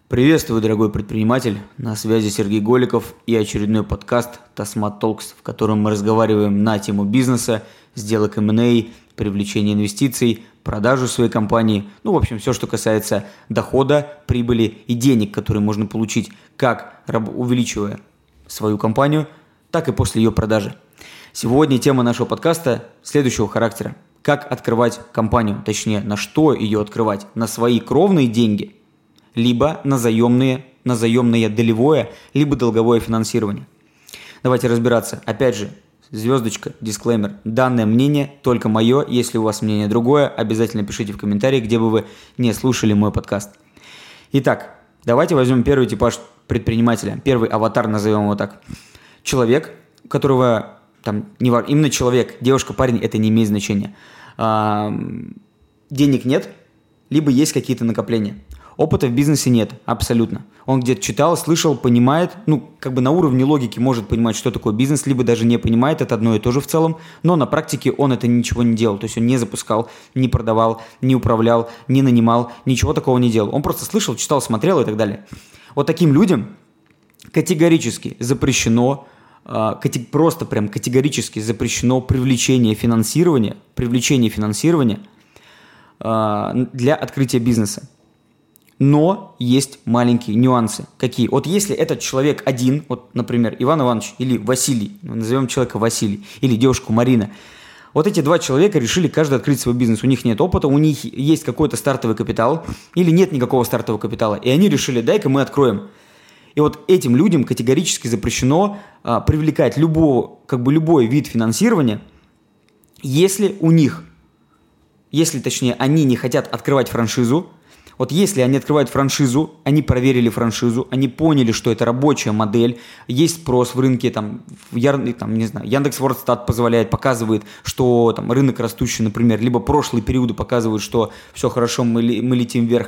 Приветствую, дорогой предприниматель, на связи Сергей Голиков и очередной подкаст Tasmat Talks, в котором мы разговариваем на тему бизнеса, сделок M&A, привлечения инвестиций, продажу своей компании, в общем, все, что касается дохода, прибыли и денег, которые можно получить, как увеличивая свою компанию, так и после ее продажи. Сегодня тема нашего подкаста следующего характера. Как открывать компанию, точнее, на что ее открывать, на свои кровные деньги, либо на заемное долевое, либо долговое финансирование. Давайте разбираться. Опять же, звездочка, дисклеймер. Данное мнение только мое. Если у вас мнение другое, обязательно пишите в комментарии, где бы вы не слушали мой подкаст. Итак, давайте возьмем первый типаж предпринимателя. Первый аватар, назовем его так. Человек, которого, именно человек, девушка, парень, это не имеет значения. Денег нет, либо есть какие-то накопления. Опыта в бизнесе нет, абсолютно. Он где-то читал, слышал, понимает, на уровне логики может понимать, что такое бизнес, либо даже не понимает, это одно и то же в целом, но на практике он это ничего не делал, то есть он не запускал, не продавал, не управлял, не нанимал, ничего такого не делал. Он просто слышал, читал, смотрел и так далее. Вот таким людям категорически запрещено, категорически запрещено привлечение финансирования для открытия бизнеса. Но есть маленькие нюансы. Какие? Вот если этот человек один, например, Иван Иванович или Василий, назовем человека Василий, или девушку Марина, вот эти два человека решили каждый открыть свой бизнес. У них нет опыта, у них есть какой-то стартовый капитал, или нет никакого стартового капитала, и они решили, дай-ка мы откроем. И вот этим людям категорически запрещено привлекать любой вид финансирования, если они не хотят открывать франшизу. Вот если они открывают франшизу, они проверили франшизу, они поняли, что это рабочая модель, есть спрос в рынке, Яндекс.Вордстат позволяет, показывает, что рынок растущий, например, либо прошлые периоды показывают, что все хорошо, мы летим вверх,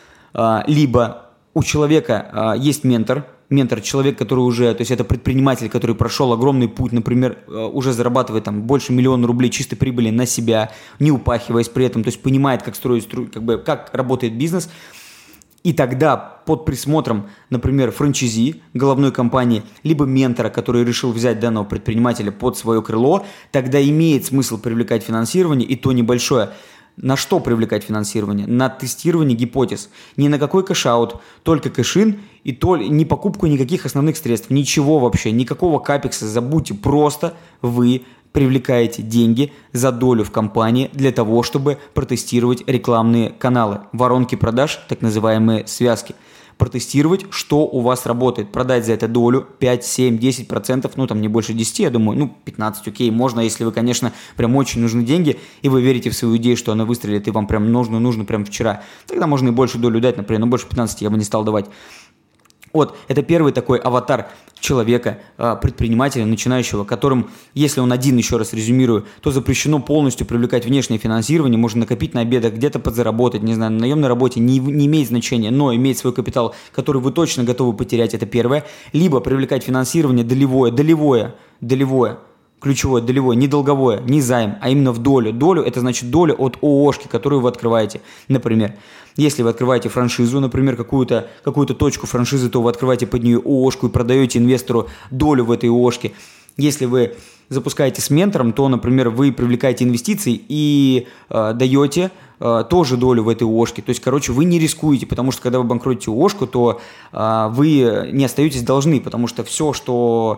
либо у человека есть ментор, человек, который то есть это предприниматель, который прошел огромный путь, например, уже зарабатывает больше 1 миллиона рублей чистой прибыли на себя, не упахиваясь при этом, то есть понимает, как строить, как работает бизнес. И тогда под присмотром, например, франчайзи, головной компании, либо ментора, который решил взять данного предпринимателя под свое крыло, тогда имеет смысл привлекать финансирование, и то небольшое. На что привлекать финансирование? На тестирование гипотез. Не на какой кэш-аут, только кэш-ин, и то не покупку никаких основных средств, ничего вообще, никакого капекса, забудьте, просто вы привлекаете деньги за долю в компании для того, чтобы протестировать рекламные каналы, воронки продаж, так называемые связки. Протестировать, что у вас работает, продать за это долю 5, 7, 10%, не больше 10, я думаю, 15, окей, можно, если вы, конечно, прям очень нужны деньги, и вы верите в свою идею, что она выстрелит, и вам прям нужно прям вчера, тогда можно и больше долю дать, например, но больше 15 я бы не стал давать. Вот, это первый такой аватар человека, предпринимателя, начинающего, которым, если он один, еще раз резюмирую, то запрещено полностью привлекать внешнее финансирование, можно накопить на обедах, где-то подзаработать, на наемной работе, не имеет значения, но иметь свой капитал, который вы точно готовы потерять, это первое. Либо привлекать финансирование долевое, ключевое долевое, не долговое, не займ, а именно в долю. Долю – это значит доля от ООшки, которую вы открываете. Например, если вы открываете франшизу, например, какую-то точку франшизы, то вы открываете под нее ООшку и продаете инвестору долю в этой ООшке. Если вы запускаете с ментором, то, например, вы привлекаете инвестиции и даете тоже долю в этой ООшке. То есть, вы не рискуете, потому что, когда вы банкротите ООшку, то вы не остаетесь должны, потому что все, что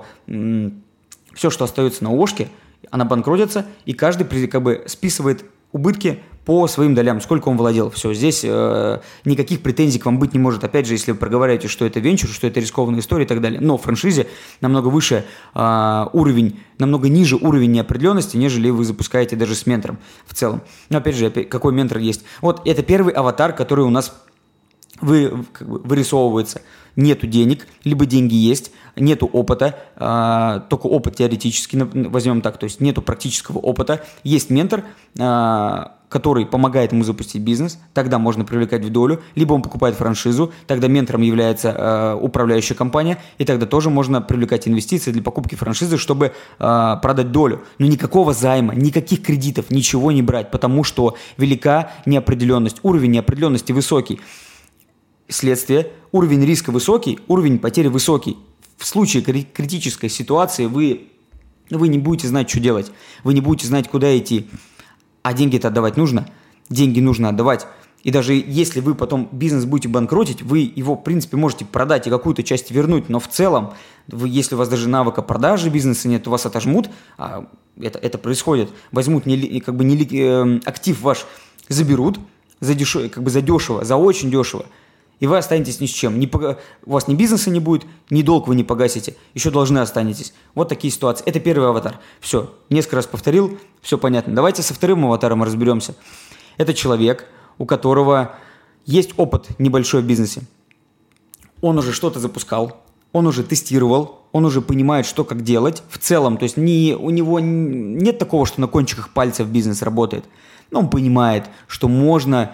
остается на ООшке, она банкротится, и каждый списывает убытки по своим долям, сколько он владел. Все, здесь никаких претензий к вам быть не может. Опять же, если вы проговариваете, что это венчур, что это рискованная история и так далее. Но в франшизе намного выше уровень, намного ниже уровень неопределенности, нежели вы запускаете даже с ментором в целом. Но опять же, какой ментор есть. Вот это первый аватар, который у нас вырисовывается. Нету денег, либо деньги есть, нету опыта, только опыт теоретически, возьмем так, то есть нету практического опыта, есть ментор, который помогает ему запустить бизнес, тогда можно привлекать в долю, либо он покупает франшизу, тогда ментором является управляющая компания, и тогда тоже можно привлекать инвестиции для покупки франшизы, чтобы продать долю. Но никакого займа, никаких кредитов, ничего не брать, потому что велика неопределенность, уровень неопределенности высокий. следствие, уровень риска высокий, уровень потери высокий. В случае критической ситуации вы не будете знать, что делать, вы не будете знать, куда идти, а деньги-то отдавать нужно, деньги нужно отдавать. И даже если вы потом бизнес будете банкротить, вы его, в принципе, можете продать и какую-то часть вернуть, но в целом, если у вас даже навыка продажи бизнеса нет, то вас отожмут, а это происходит, возьмут актив ваш, заберут за дешево, за очень дешево, и вы останетесь ни с чем. У вас ни бизнеса не будет, ни долг вы не погасите, еще должны останетесь. Вот такие ситуации. Это первый аватар. Все, несколько раз повторил, все понятно. Давайте со вторым аватаром разберемся. Это человек, у которого есть опыт небольшой в бизнесе. Он уже что-то запускал, он уже тестировал, он уже понимает, что как делать в целом. То есть у него нет такого, что на кончиках пальцев бизнес работает. Но он понимает, что можно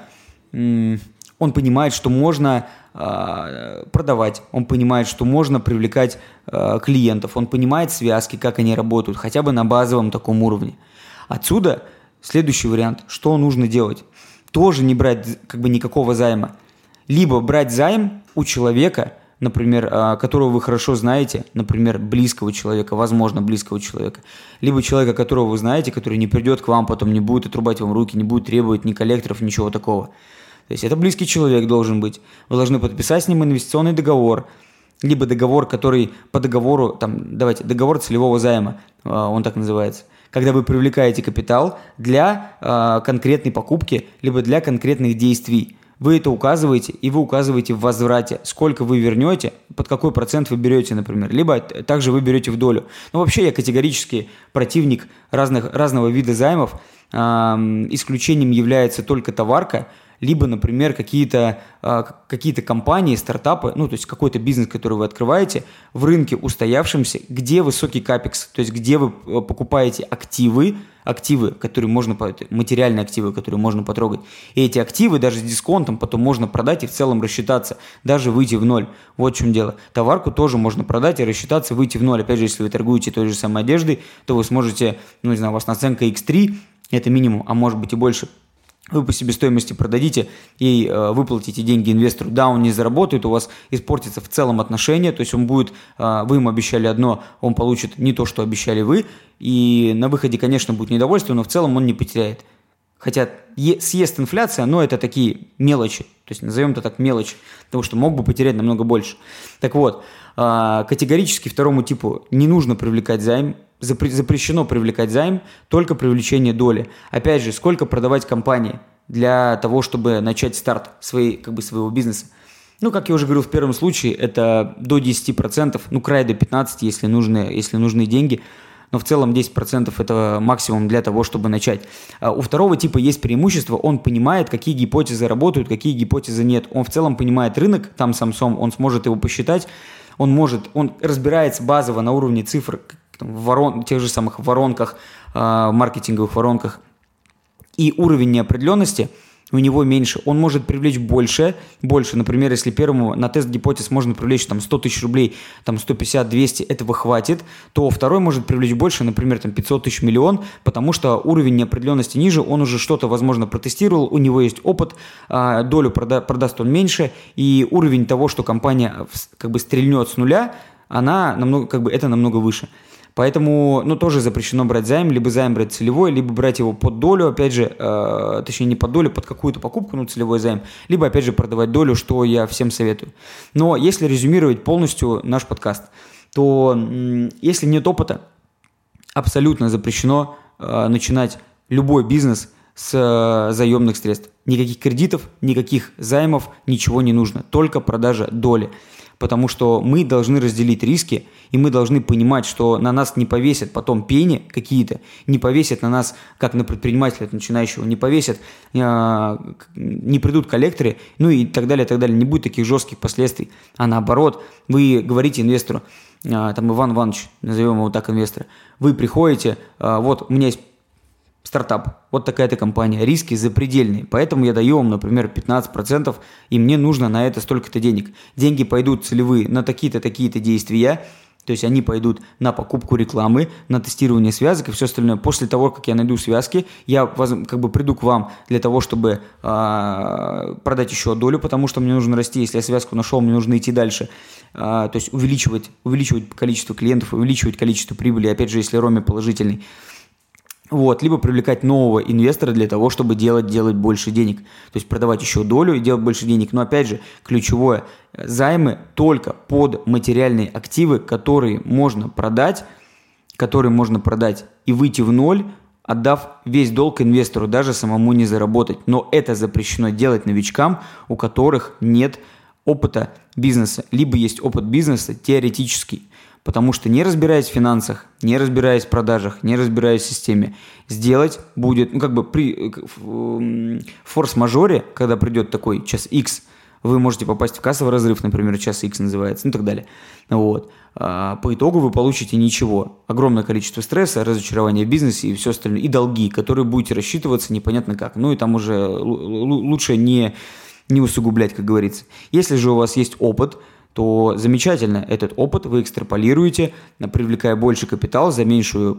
продавать, он понимает, что можно привлекать клиентов, он понимает связки, как они работают, хотя бы на базовом таком уровне. Отсюда следующий вариант, что нужно делать. Тоже не брать никакого займа. Либо брать займ у человека, например, которого вы хорошо знаете, например, близкого человека, возможно, близкого человека, либо человека, которого вы знаете, который не придет к вам, потом не будет отрубать вам руки, не будет требовать ни коллекторов, ничего такого. То есть это близкий человек должен быть. Вы должны подписать с ним инвестиционный договор, либо договор, который по договору, договор целевого займа, он так называется. Когда вы привлекаете капитал для конкретной покупки, либо для конкретных действий. Вы это указываете, и вы указываете в возврате, сколько вы вернете, под какой процент вы берете, например. Либо также вы берете в долю. Но вообще я категорически противник разного вида займов. Исключением является только товарка, либо, например, какие-то компании, стартапы, то есть какой-то бизнес, который вы открываете в рынке устоявшемся, где высокий капекс, то есть где вы покупаете активы, материальные активы, которые можно потрогать. И эти активы даже с дисконтом потом можно продать и в целом рассчитаться, даже выйти в ноль. Вот в чем дело. Товарку тоже можно продать и рассчитаться, выйти в ноль. Опять же, если вы торгуете той же самой одеждой, то вы сможете, у вас наценка X3, это минимум, а может быть и больше. Вы по себестоимости продадите и выплатите деньги инвестору. Да, он не заработает, у вас испортится в целом отношения, то есть вы ему обещали одно, он получит не то, что обещали вы, и на выходе, конечно, будет недовольство, но в целом он не потеряет. Хотя съест инфляция, но это такие мелочи, то есть назовем это так мелочь, потому что мог бы потерять намного больше. Так вот, категорически второму типу не нужно привлекать займ, запрещено привлекать займ, только привлечение доли. Опять же, сколько продавать компании для того, чтобы начать старт своего бизнеса? Как я уже говорил в первом случае, это до 10%, край до 15%, если нужны деньги. Но в целом 10% это максимум для того, чтобы начать. У второго типа есть преимущество, он понимает, какие гипотезы работают, какие гипотезы нет. Он в целом понимает рынок, там самсом, он сможет его посчитать, он разбирается базово на уровне цифр, в тех же самых воронках, маркетинговых воронках, и уровень неопределенности у него меньше, он может привлечь больше, например, если первому на тест гипотез можно привлечь 100 тысяч рублей, 150, 200, этого хватит, то второй может привлечь больше, например, 500 тысяч, миллион, потому что уровень неопределенности ниже, он уже что-то, возможно, протестировал, у него есть опыт, долю продаст он меньше, и уровень того, что компания стрельнет с нуля, это намного выше. Поэтому, тоже запрещено брать займ, либо займ брать целевой, либо брать его под долю, опять же, точнее не под долю, под какую-то покупку, целевой займ, либо, опять же, продавать долю, что я всем советую. Но если резюмировать полностью наш подкаст, то если нет опыта, абсолютно запрещено начинать любой бизнес с заемных средств. Никаких кредитов, никаких займов, ничего не нужно, только продажа доли. Потому что мы должны разделить риски, и мы должны понимать, что на нас не повесят потом пени какие-то, не повесят на нас, как на предпринимателя начинающего, не повесят, не придут коллекторы, и так далее, не будет таких жестких последствий. А наоборот, вы говорите инвестору, Иван Иванович, назовем его так, инвестора, вы приходите, вот у меня есть стартап, вот такая-то компания, риски запредельные, поэтому я даю вам, например, 15%, и мне нужно на это столько-то денег. Деньги пойдут целевые на такие-то, такие-то действия, То есть они пойдут на покупку рекламы, на тестирование связок и все остальное. После того, как я найду связки, я как бы приду к вам для того, чтобы продать еще долю, потому что мне нужно расти. Если я связку нашел, мне нужно идти дальше. То есть увеличивать количество клиентов, увеличивать количество прибыли. Опять же, если ROMI положительный. Вот, либо привлекать нового инвестора для того, чтобы делать больше денег. То есть продавать еще долю и делать больше денег. Но опять же, ключевое, займы только под материальные активы, которые можно продать и выйти в ноль, отдав весь долг инвестору, даже самому не заработать. Но это запрещено делать новичкам, у которых нет опыта бизнеса. Либо есть опыт бизнеса теоретический. Потому что не разбираясь в финансах, не разбираясь в продажах, не разбираясь в системе, сделать будет, при форс-мажоре, когда придет такой час X, вы можете попасть в кассовый разрыв, например, час X называется, и так далее. Вот. По итогу вы получите ничего. Огромное количество стресса, разочарования в бизнесе и все остальное. И долги, которые будете рассчитываться непонятно как. Ну и там уже лучше не усугублять, как говорится. Если же у вас есть опыт, то замечательно, этот опыт вы экстраполируете, привлекая больше капитал за меньшую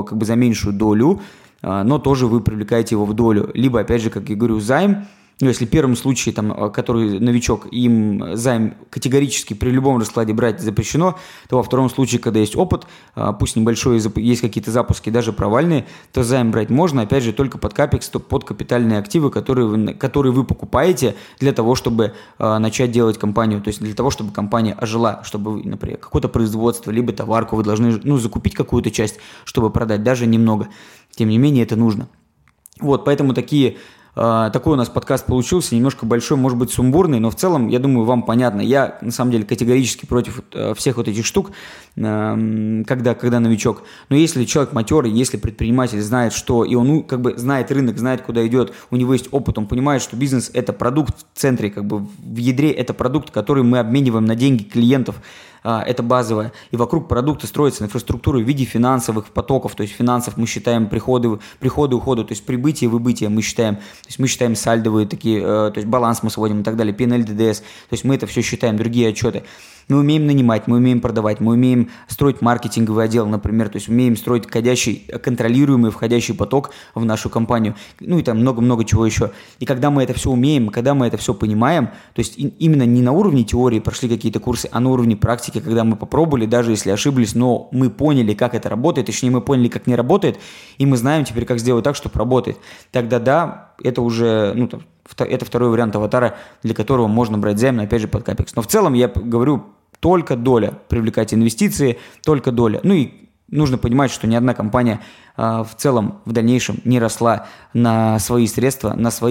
долю, но тоже вы привлекаете его в долю. Либо, опять же, как я говорю, займ. Ну, если в первом случае, который новичок, им займ категорически при любом раскладе брать запрещено, то во втором случае, когда есть опыт, пусть небольшой, есть какие-то запуски, даже провальные, то займ брать можно, опять же, только под капекс, под капитальные активы, которые вы покупаете для того, чтобы начать делать компанию, то есть для того, чтобы компания ожила, чтобы вы, например, какое-то производство, либо товарку вы должны закупить какую-то часть, чтобы продать, даже немного. Тем не менее, это нужно. Вот, поэтому такой у нас подкаст получился, немножко большой, может быть, сумбурный, но в целом, я думаю, вам понятно. Я, на самом деле, категорически против всех вот этих штук, когда новичок. Но если человек матерый, если предприниматель знает, что, и он знает рынок, знает, куда идет, у него есть опыт, он понимает, что бизнес – это продукт в центре, в ядре это продукт, который мы обмениваем на деньги клиентов. Это базовое. И вокруг продукта строится инфраструктура в виде финансовых потоков, то есть финансов мы считаем приходы, уходы, то есть прибытие, выбытие мы считаем, то есть мы считаем сальдовые такие, то есть баланс мы сводим и так далее, P&L, DDS, то есть мы это все считаем, другие отчеты. Мы умеем нанимать, мы умеем продавать, мы умеем строить маркетинговый отдел, например, то есть умеем строить контролируемый входящий поток в нашу компанию, ну и там много-много чего еще. И когда мы это все умеем, когда мы это все понимаем, то есть именно не на уровне теории прошли какие-то курсы, а на уровне практики, когда мы попробовали, даже если ошиблись, но мы поняли, как это работает, точнее мы поняли, как не работает, и мы знаем теперь, как сделать так, чтобы работает. Тогда да, это уже, это второй вариант аватара, для которого можно брать займ, но опять же под капекс. Но в целом я говорю, только доля, привлекать инвестиции, только доля. Ну и нужно понимать, что ни одна компания в целом в дальнейшем не росла на свои средства,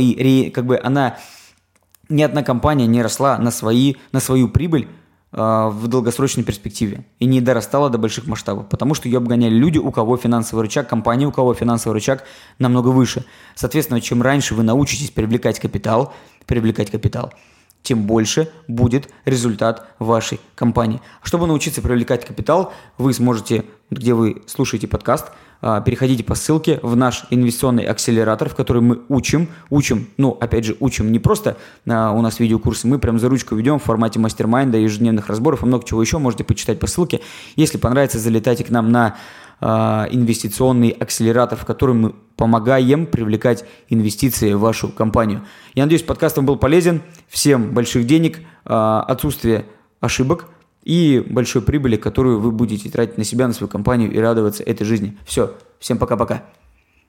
ни одна компания не росла на свою прибыль в долгосрочной перспективе и не дорастала до больших масштабов, потому что ее обгоняли люди, у кого финансовый рычаг, компании, у кого финансовый рычаг намного выше. Соответственно, чем раньше вы научитесь привлекать капитал, тем больше будет результат вашей компании. Чтобы научиться привлекать капитал, вы сможете, где вы слушаете подкаст, переходите по ссылке в наш инвестиционный акселератор, в который мы учим, учим не просто у нас видеокурсы, мы прям за ручку ведем в формате мастер-майнда, ежедневных разборов и много чего еще, можете почитать по ссылке. Если понравится, залетайте к нам на инвестиционный акселератор, в котором мы помогаем привлекать инвестиции в вашу компанию. Я надеюсь, подкаст вам был полезен. Всем больших денег, отсутствие ошибок и большой прибыли, которую вы будете тратить на себя, на свою компанию и радоваться этой жизни. Все, всем пока-пока.